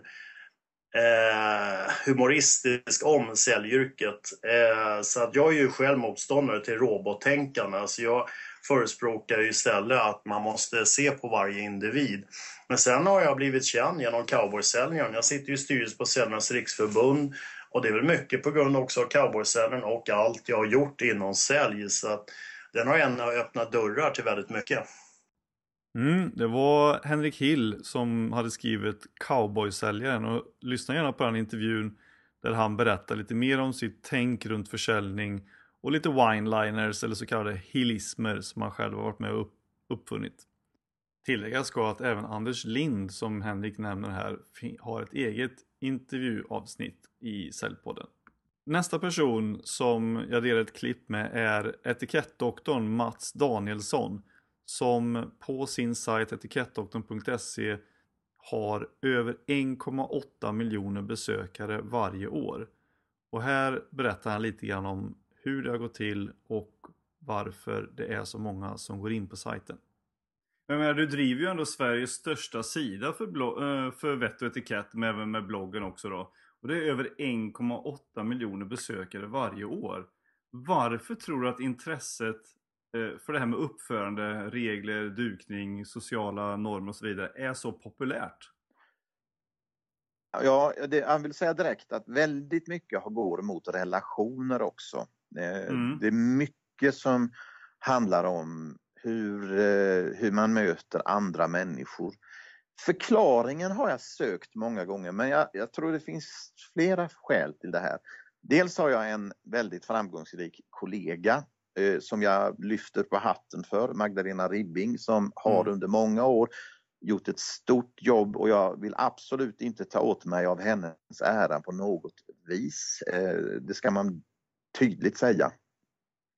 Eh, humoristisk om säljyrket. Eh, så att jag är ju själv motståndare till robottänkande. Alltså jag förespråkar ju istället att man måste se på varje individ. Men sen har jag blivit känd genom Cowboysäljaren. Jag sitter ju i styrelsen på Säljarnas riksförbund och det är väl mycket på grund också av Cowboysäljaren och allt jag har gjort inom sälj. Så att den har ändå öppnat dörrar till väldigt mycket. Mm, det var Henrik Hill som hade skrivit Cowboysäljaren och lyssna gärna på den intervjun där han berättar lite mer om sitt tänk runt försäljning och lite wineliners eller så kallade hillismer som han själv har varit med och upp, uppfunnit. Tilläggas ska att även Anders Lind som Henrik nämner här har ett eget intervjuavsnitt i Säljpodden. Nästa person som jag delar ett klipp med är etikettdoktorn Mats Danielsson som på sin sajt etikettdoktorn punkt se har över en komma åtta miljoner besökare varje år. Och här berättar han lite grann om hur det har gått till och varför det är så många som går in på sajten. Men, men du driver ju ändå Sveriges största sida för, blog- för vett och etikett, men även med bloggen också då. Och det är över en komma åtta miljoner besökare varje år. Varför tror du att intresset för det här med uppförande, regler, dukning, sociala normer och så vidare är så populärt? Ja, det, jag vill säga direkt att väldigt mycket går mot relationer också. Mm. Det är mycket som handlar om hur, hur man möter andra människor. Förklaringen har jag sökt många gånger, men jag, jag tror det finns flera skäl till det här. Dels har jag en väldigt framgångsrik kollega eh, som jag lyfter på hatten för, Magdalena Ribbing, som har mm. under många år gjort ett stort jobb, och jag vill absolut inte ta åt mig av hennes ära på något vis. Eh, det ska man tydligt säga.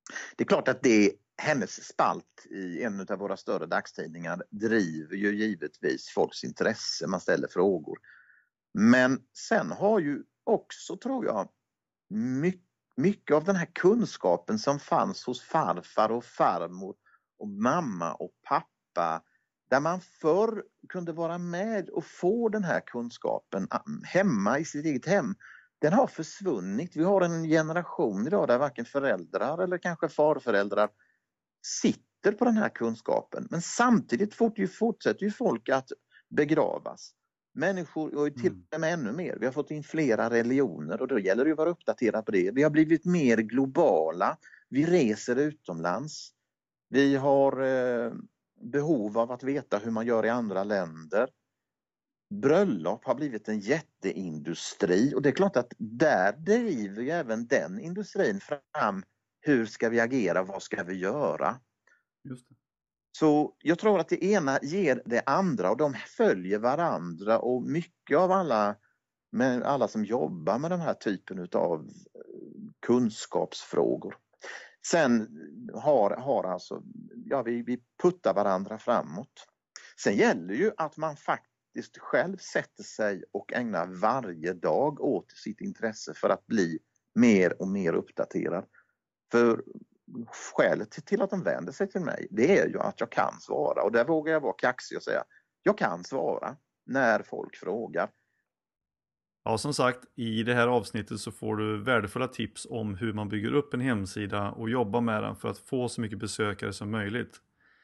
Det är klart att det hennes spalt i en av våra större dagstidningar driver ju givetvis folks intresse, man ställer frågor. Men sen har ju också, tror jag, mycket, mycket av den här kunskapen som fanns hos farfar och farmor och mamma och pappa, där man förr kunde vara med och få den här kunskapen hemma i sitt eget hem, den har försvunnit. Vi har en generation idag där varken föräldrar eller kanske farföräldrar sitter på den här kunskapen. Men samtidigt fortsätter ju folk att begravas. Människor, och till och med ännu mer. Vi har fått in flera religioner och då gäller det att vara uppdaterad på det. Vi har blivit mer globala. Vi reser utomlands. Vi har eh, behov av att veta hur man gör i andra länder. Bröllop har blivit en jätteindustri och det är klart att där driver ju även den industrin fram. Hur ska vi agera? Vad ska vi göra? Just det. Så jag tror att det ena ger det andra och de följer varandra och mycket av alla, med alla som jobbar med den här typen av kunskapsfrågor. Sen har, har alltså, ja, vi, vi puttar varandra framåt. Sen gäller ju att man faktiskt själv sätter sig och ägnar varje dag åt sitt intresse för att bli mer och mer uppdaterad. För skälet till att de vänder sig till mig, det är ju att jag kan svara. Och där vågar jag vara kaxig och säga, jag kan svara när folk frågar. Ja, som sagt, i det här avsnittet så får du värdefulla tips om hur man bygger upp en hemsida och jobbar med den för att få så mycket besökare som möjligt.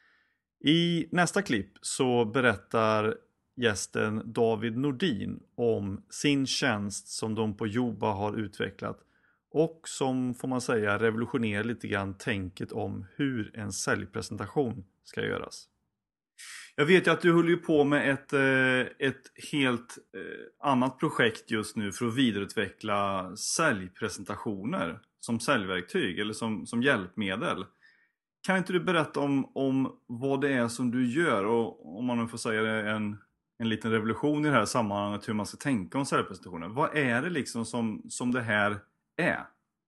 I nästa klipp så berättar gästen David Nordin om sin tjänst som de på Joba har utvecklat och som, får man säga, revolutionerar lite grann tänket om hur en säljpresentation ska göras. Jag vet ju att du håller ju på med ett, ett helt annat projekt just nu för att vidareutveckla säljpresentationer som säljverktyg eller som, som hjälpmedel. Kan inte du berätta om, om vad det är som du gör och om man nu får säga det, en, en liten revolution i det här sammanhanget hur man ska tänka om säljpresentationer. Vad är det liksom som, som det här är?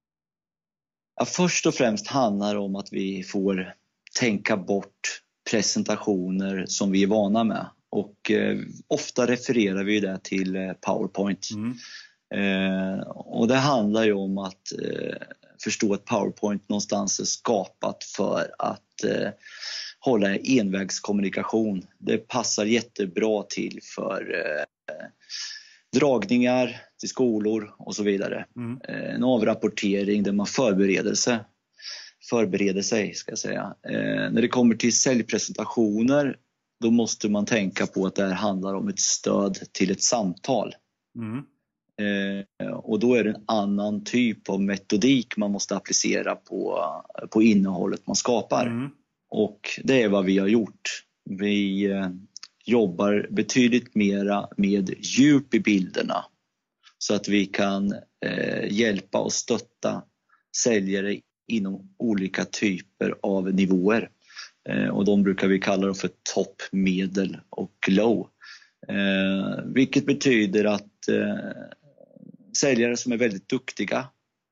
Ja, först och främst handlar det om att vi får tänka bort presentationer som vi är vana med. Och eh, ofta refererar vi det till eh, PowerPoint. Mm. Eh, och det handlar ju om att eh, förstå att PowerPoint någonstans är skapat för att eh, hålla envägskommunikation. Det passar jättebra till för eh, dragningar till skolor och så vidare. Mm. Eh, en avrapportering där man förbereder sig. förbereder sig ska jag säga. Eh, när det kommer till säljpresentationer, då måste man tänka på att det här handlar om ett stöd till ett samtal. Mm. Eh, och då är det en annan typ av metodik man måste applicera på, på innehållet man skapar. Mm. Och det är vad vi har gjort. Vi eh, jobbar betydligt mera med djup i bilderna så att vi kan eh, hjälpa och stötta säljare inom olika typer av nivåer. Eh, och de brukar vi kalla för topp, medel och low. Eh, vilket betyder att eh, säljare som är väldigt duktiga,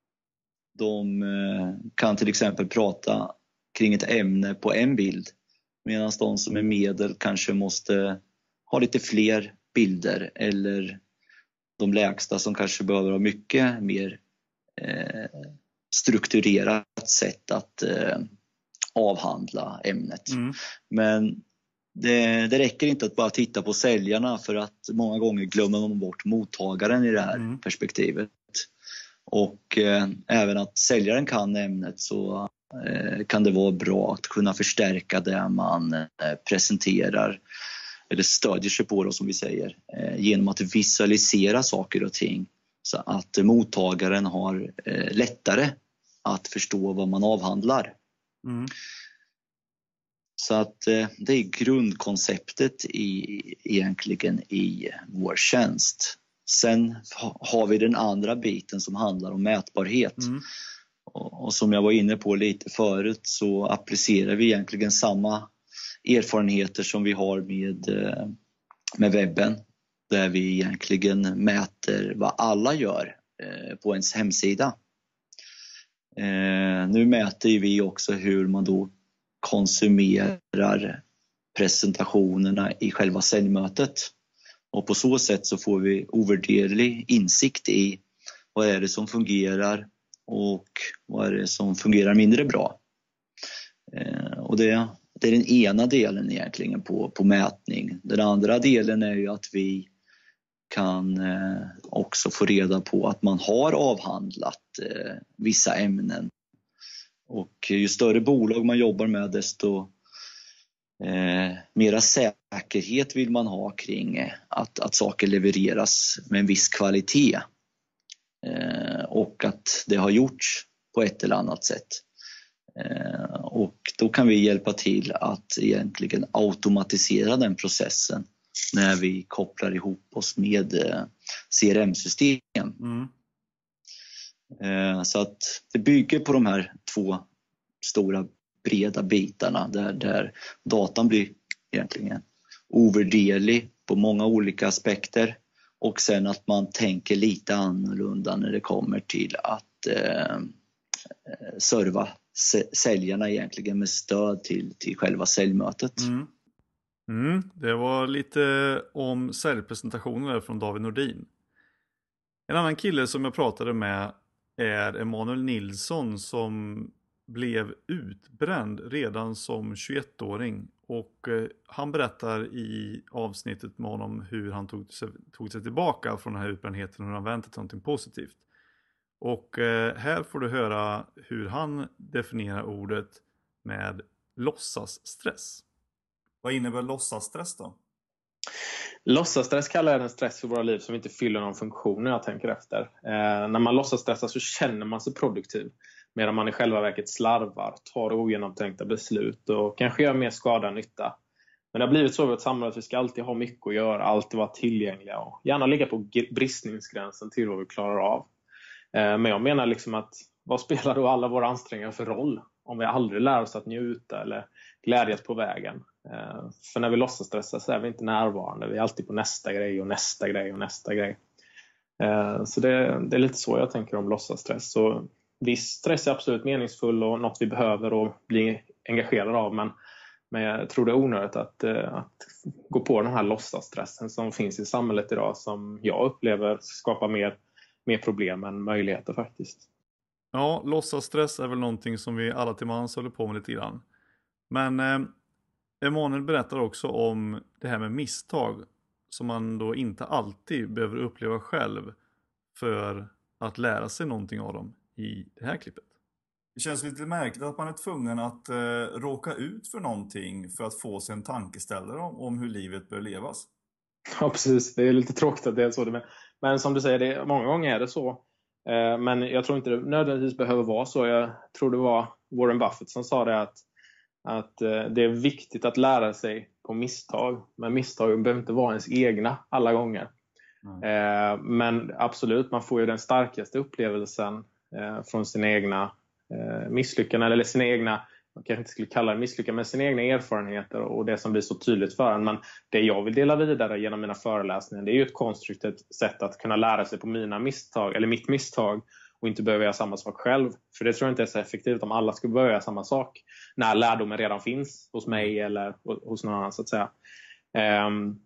de eh, kan till exempel prata kring ett ämne på en bild. Medan de som är medel kanske måste ha lite fler bilder. Eller de lägsta som kanske behöver ha mycket mer eh, strukturerat sätt att eh, avhandla ämnet. Mm. Men det, det räcker inte att bara titta på säljarna, för att många gånger glömmer man bort mottagaren i det här mm. perspektivet. Och eh, även att säljaren kan ämnet, så eh, kan det vara bra att kunna förstärka det man eh, presenterar eller stödjer sig på, då, som vi säger, eh, genom att visualisera saker och ting så att mottagaren har eh, lättare att förstå vad man avhandlar. Mm. Så att eh, det är grundkonceptet i, egentligen i vår tjänst. Sen har vi den andra biten som handlar om mätbarhet. Mm. Och, och som jag var inne på lite förut, så applicerar vi egentligen samma erfarenheter som vi har med, eh, med webben. Där vi egentligen mäter vad alla gör eh, på ens hemsida. Eh, nu mäter vi också hur man då konsumerar presentationerna i själva säljmötet. Och på så sätt så får vi ovärderlig insikt i vad är det som fungerar och vad är det som fungerar mindre bra. Eh, och det, det är den ena delen egentligen på, på mätning. Den andra delen är ju att vi kan eh, också få reda på att man har avhandlat eh, vissa ämnen. Och ju större bolag man jobbar med, desto eh, mera säkerhet vill man ha kring eh, att, att saker levereras med en viss kvalitet. Eh, och att det har gjorts på ett eller annat sätt. Eh, och då kan vi hjälpa till att egentligen automatisera den processen när vi kopplar ihop oss med eh, C R M-system. Mm. Eh, så att det bygger på de här två stora breda bitarna där, där datan blir egentligen ovärderlig på många olika aspekter, och sen att man tänker lite annorlunda när det kommer till att eh, serva säljarna egentligen med stöd till, till själva säljmötet. Mm. Mm, det var lite om säljpresentationer från David Nordin. En annan kille som jag pratade med är Emanuel Nilsson, som blev utbränd redan som tjugoettåring. Och eh, han berättar i avsnittet med honom hur han tog sig, tog sig tillbaka från den här utbrändheten och hur han vänt till någonting positivt. Och eh, här får du höra hur han definierar ordet med låtsasstress. Vad innebär låtsasstress då? Låtsasstress kallar jag den stress för våra liv som inte fyller någon funktion när jag tänker efter. Eh, när man låtsasstressar så känner man sig produktiv, medan man i själva verket slarvar, tar ogenomtänkta beslut och kanske gör mer skada än nytta. Men det har blivit så i vårt samhälle att vi ska alltid ha mycket att göra, alltid vara tillgängliga och gärna ligga på bristningsgränsen till vad vi klarar av. Eh, men jag menar liksom att vad spelar då alla våra ansträngningar för roll om vi aldrig lär oss att njuta eller glädjas på vägen? Eh, för när vi låtsasstressar så är vi inte närvarande. Vi är alltid på nästa grej och nästa grej och nästa grej. Eh, så det, det är lite så jag tänker om låtsasstress. Så viss stress är absolut meningsfull och något vi behöver och bli engagerade av. Men, men jag tror det är onödigt att, eh, att gå på den här låtsasstressen som finns i samhället idag, som jag upplever skapar mer, mer problem än möjligheter faktiskt. Ja, låtsasstress är väl någonting som vi alla till mans håller på med lite grann. Men eh, Emanuel berättar också om det här med misstag som man då inte alltid behöver uppleva själv för att lära sig någonting av dem i det här klippet. Det känns lite märkligt att man är tvungen att eh, råka ut för någonting för att få sig en tankeställare om, om hur livet bör levas. Ja, precis. Det är lite tråkigt att det är så. Men, men som du säger, det, många gånger är det så. Eh, men jag tror inte det nödvändigtvis behöver vara så. Jag tror det var Warren Buffett som sa det, att, att eh, det är viktigt att lära sig på misstag. Men misstag behöver inte vara ens egna alla gånger. Mm. Eh, men absolut, man får ju den starkaste upplevelsen eh, från sina egna eh, misslyckanden, eller sina egna, man kanske inte skulle kalla det misslyckanden, men sina egna erfarenheter och det som blir så tydligt för en. Men det jag vill dela vidare genom mina föreläsningar, det är ju ett konstruktivt sätt att kunna lära sig på mina misstag, eller mitt misstag, och inte behöva göra samma sak själv. För det tror jag inte är så effektivt om alla skulle börja göra samma sak när lärdomen redan finns hos mig eller hos någon annan, så att säga. Um,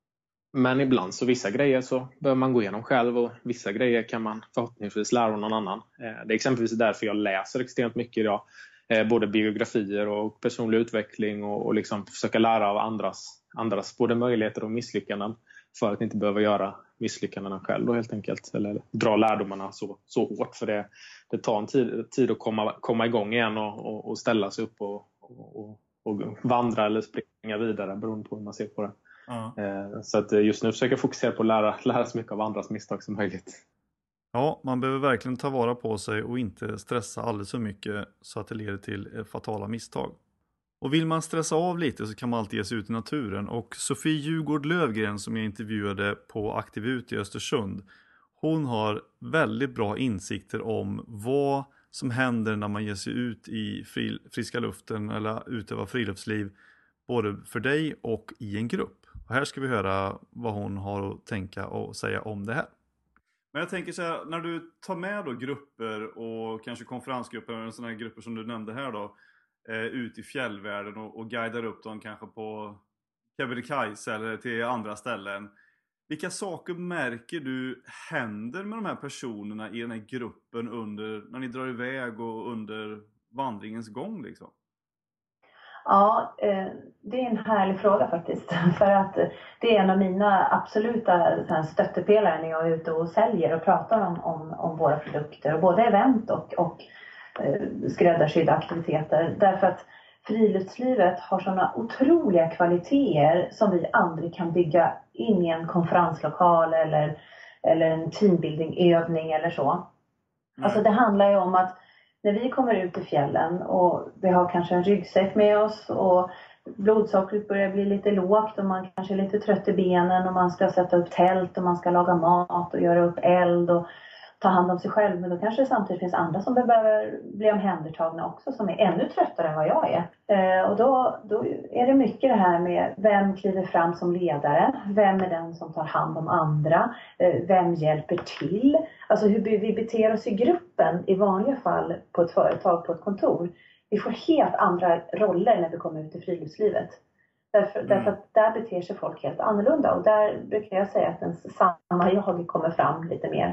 Men ibland så vissa grejer så behöver man gå igenom själv, och vissa grejer kan man förhoppningsvis lära av någon annan. Det är exempelvis därför jag läser extremt mycket idag. Både biografier och personlig utveckling, och, och liksom försöka lära av andras, andras både möjligheter och misslyckanden, för att inte behöva göra misslyckandena själv då, helt enkelt. Eller dra lärdomarna så, så hårt, för det, det tar en tid, tid att komma, komma igång igen och, och, och ställa sig upp och, och, och vandra eller springa vidare beroende på hur man ser på det. Uh. Så att just nu försöker jag fokusera på att lära, lära så mycket av andras misstag som möjligt. Ja, man behöver verkligen ta vara på sig och inte stressa alldeles för mycket så att det leder till fatala misstag. Och vill man stressa av lite så kan man alltid ge sig ut i naturen. Och Sofie Djurgård Lövgren, som jag intervjuade på Aktiv Ut i Östersund, hon har väldigt bra insikter om vad som händer när man ger sig ut i fri, friska luften eller utövar friluftsliv, både för dig och i en grupp. Och här ska vi höra vad hon har att tänka och säga om det här. Men jag tänker så här, när du tar med då grupper och kanske konferensgrupper eller sådana här grupper som du nämnde här då, eh, ut i fjällvärlden och, och guidar upp dem kanske på Kebnekaise eller till andra ställen. Vilka saker märker du händer med de här personerna i den här gruppen under, när ni drar iväg och under vandringens gång liksom? Ja, det är en härlig fråga faktiskt. För att det är en av mina absoluta stöttepelare när jag är ute och säljer och pratar om, om, om våra produkter. Både event och, och skräddarsydda aktiviteter. Därför att friluftslivet har sådana otroliga kvaliteter som vi aldrig kan bygga in i en konferenslokal eller, eller en teambuilding-övning eller så. Mm. Alltså det handlar ju om att när vi kommer ut i fjällen och vi har kanske en ryggsäck med oss och blodsockret börjar bli lite lågt och man kanske är lite trött i benen och man ska sätta upp tält och man ska laga mat och göra upp eld och ta hand om sig själv. Men då kanske det samtidigt finns andra som behöver bli omhändertagna också som är ännu tröttare än vad jag är. Eh, och då, då är det mycket det här med vem kliver fram som ledare, vem är den som tar hand om andra, eh, vem hjälper till. Alltså hur vi beter oss i gruppen i vanliga fall på ett företag, på ett kontor. Vi får helt andra roller när vi kommer ut i friluftslivet. Därför, mm. därför att där beter sig folk helt annorlunda och där brukar jag säga att den samma jag kommer fram lite mer.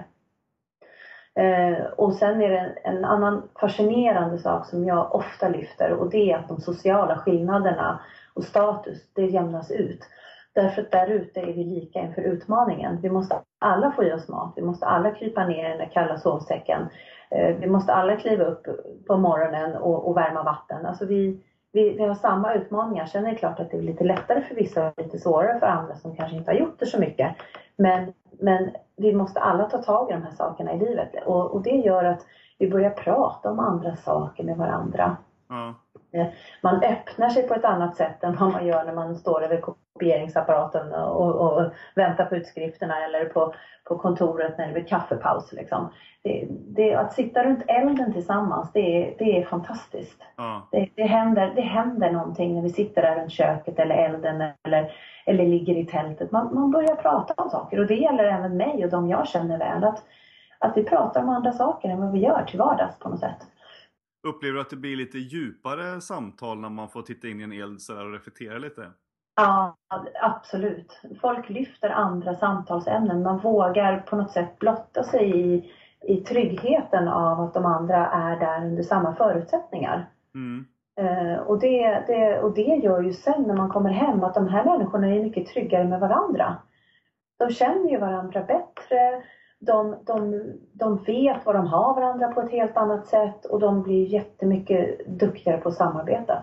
Eh, och sen är det en, en annan fascinerande sak som jag ofta lyfter och det är att de sociala skillnaderna och status, det jämnas ut. Därför att där ute är vi lika inför utmaningen. Vi måste alla få i oss mat, vi måste alla krypa ner i den där kalla sovsäcken. Eh, vi måste alla kliva upp på morgonen och, och värma vatten. Alltså vi, vi, vi har samma utmaningar. Sen är det klart att det är lite lättare för vissa och lite svårare för andra som kanske inte har gjort det så mycket. Men, men vi måste alla ta tag i de här sakerna i livet. Och, och det gör att vi börjar prata om andra saker med varandra. Mm. Man öppnar sig på ett annat sätt än vad man gör när man står över kopieringsapparaten och, och, och väntar på utskrifterna eller på, på kontoret när det blir kaffepaus. Liksom. Det, det, att sitta runt elden tillsammans, det är, det är fantastiskt. Mm. Det, det, händer, det händer någonting när vi sitter där runt köket eller elden eller, eller ligger i tältet. Man, man börjar prata om saker och det gäller även mig och de jag känner väl. Att, att vi pratar om andra saker än vad vi gör till vardags på något sätt. Upplever du att det blir lite djupare samtal när man får titta in i en eld så och reflektera lite? Ja, absolut. Folk lyfter andra samtalsämnen. Man vågar på något sätt blotta sig i, i tryggheten av att de andra är där under samma förutsättningar. Mm. Uh, och, det, det, och det gör ju sen när man kommer hem att de här människorna är mycket tryggare med varandra. De känner ju varandra bättre. De, de, de vet vad de har varandra på ett helt annat sätt och de blir jättemycket duktigare på att samarbeta.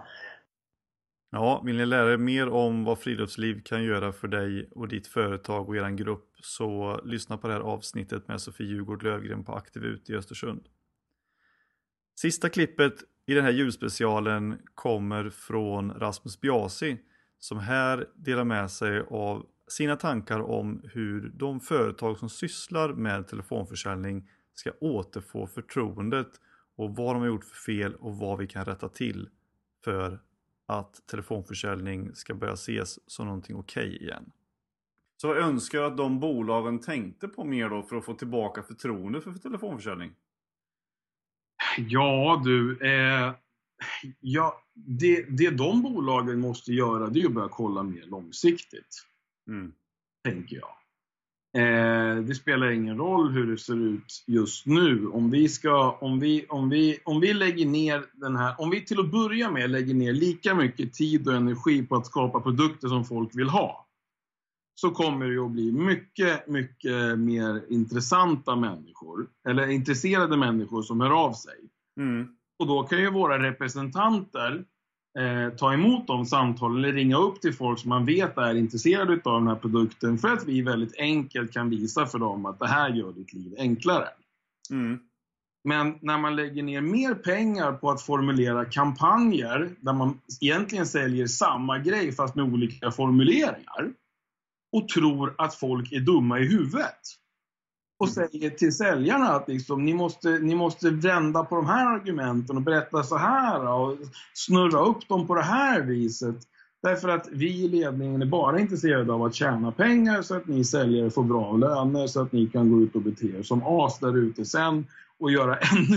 Ja, vill ni lära er mer om vad friluftsliv kan göra för dig och ditt företag och er grupp så lyssna på det här avsnittet med Sofie Djurgård Lövgren på Aktiv Ut i Östersund. Sista klippet i den här julspecialen kommer från Rasmus Biasi som här delar med sig av sina tankar om hur de företag som sysslar med telefonförsäljning ska återfå förtroendet och vad de har gjort för fel och vad vi kan rätta till för att telefonförsäljning ska börja ses som någonting okej igen. Så jag önskar att de bolagen tänkte på mer då för att få tillbaka förtroende för telefonförsäljning. Ja du, eh, ja, det, det de bolagen måste göra det är att börja kolla mer långsiktigt. Mm. Tänker jag. Eh, det spelar ingen roll hur det ser ut just nu. Om vi ska, om vi, om vi, om vi lägger ner den här, om vi till att börja med lägger ner lika mycket tid och energi på att skapa produkter som folk vill ha, så kommer det att bli mycket, mycket mer intressanta människor, eller intresserade människor som hör av sig. Mm. Och då kan ju våra representanter Eh, ta emot de samtal eller ringa upp till folk som man vet är intresserade av den här produkten för att vi väldigt enkelt kan visa för dem att det här gör ditt liv enklare. Mm. Men när man lägger ner mer pengar på att formulera kampanjer där man egentligen säljer samma grej fast med olika formuleringar och tror att folk är dumma i huvudet och säger till säljarna att liksom, ni, måste, ni måste vända på de här argumenten och berätta så här och snurra upp dem på det här viset. Därför att vi i ledningen är bara intresserade av att tjäna pengar så att ni säljare får bra löner så att ni kan gå ut och bete er som as där ute sen och göra ännu,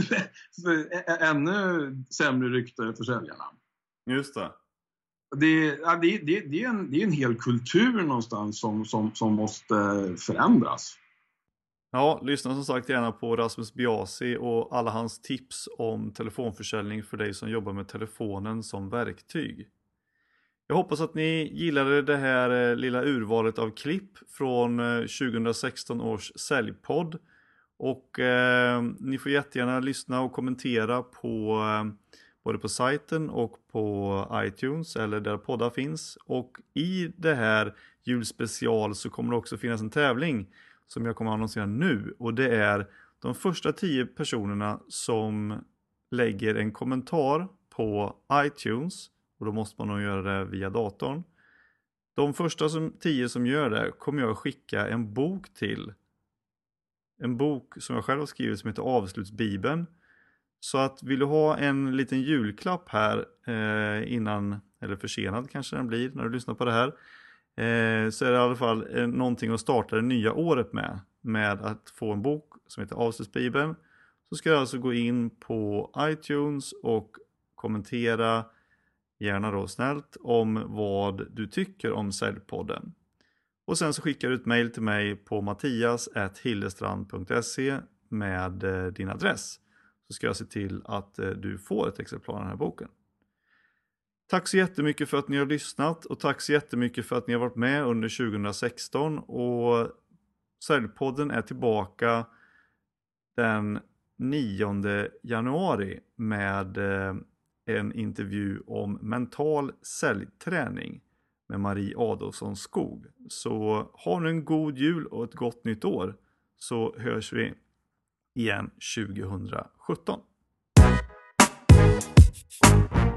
ännu sämre rykte för säljarna. Just det. Det, ja, det, det, det, är en, det är en hel kultur någonstans som, som, som måste förändras. Ja, lyssna som sagt gärna på Rasmus Biasi och alla hans tips om telefonförsäljning för dig som jobbar med telefonen som verktyg. Jag hoppas att ni gillade det här lilla urvalet av klipp från tjugohundrasexton års säljpodd. Och eh, ni får jättegärna lyssna och kommentera på eh, både på sajten och på iTunes eller där poddar finns. Och i det här julspecial så kommer det också finnas en tävling som jag kommer att annonsera nu. Och det är de första tio personerna som lägger en kommentar på iTunes. Och då måste man nog göra det via datorn. De första som, tio som gör det kommer jag skicka en bok till. En bok som jag själv har skrivit som heter Avslutsbibeln. Så att vill du ha en liten julklapp här eh, innan, eller försenad kanske den blir när du lyssnar på det här. Eh, så är det i alla fall eh, någonting att starta det nya året med. Med att få en bok som heter Avslutsbibeln. Så ska du alltså gå in på iTunes och kommentera, gärna då snällt, om vad du tycker om Säljpodden. Och sen så skickar du ett mejl till mig på mattias at hillestrand punkt se med eh, din adress. Så ska jag se till att eh, du får ett exemplar av den här boken. Tack så jättemycket för att ni har lyssnat och tack så jättemycket för att ni har varit med under tjugohundrasexton. Och Säljpodden är tillbaka den nionde januari med eh, en intervju om mental säljträning med Marie Adolfsson Skog. Så ha nu en god jul och ett gott nytt år, så hörs vi igen tjugohundrasjutton.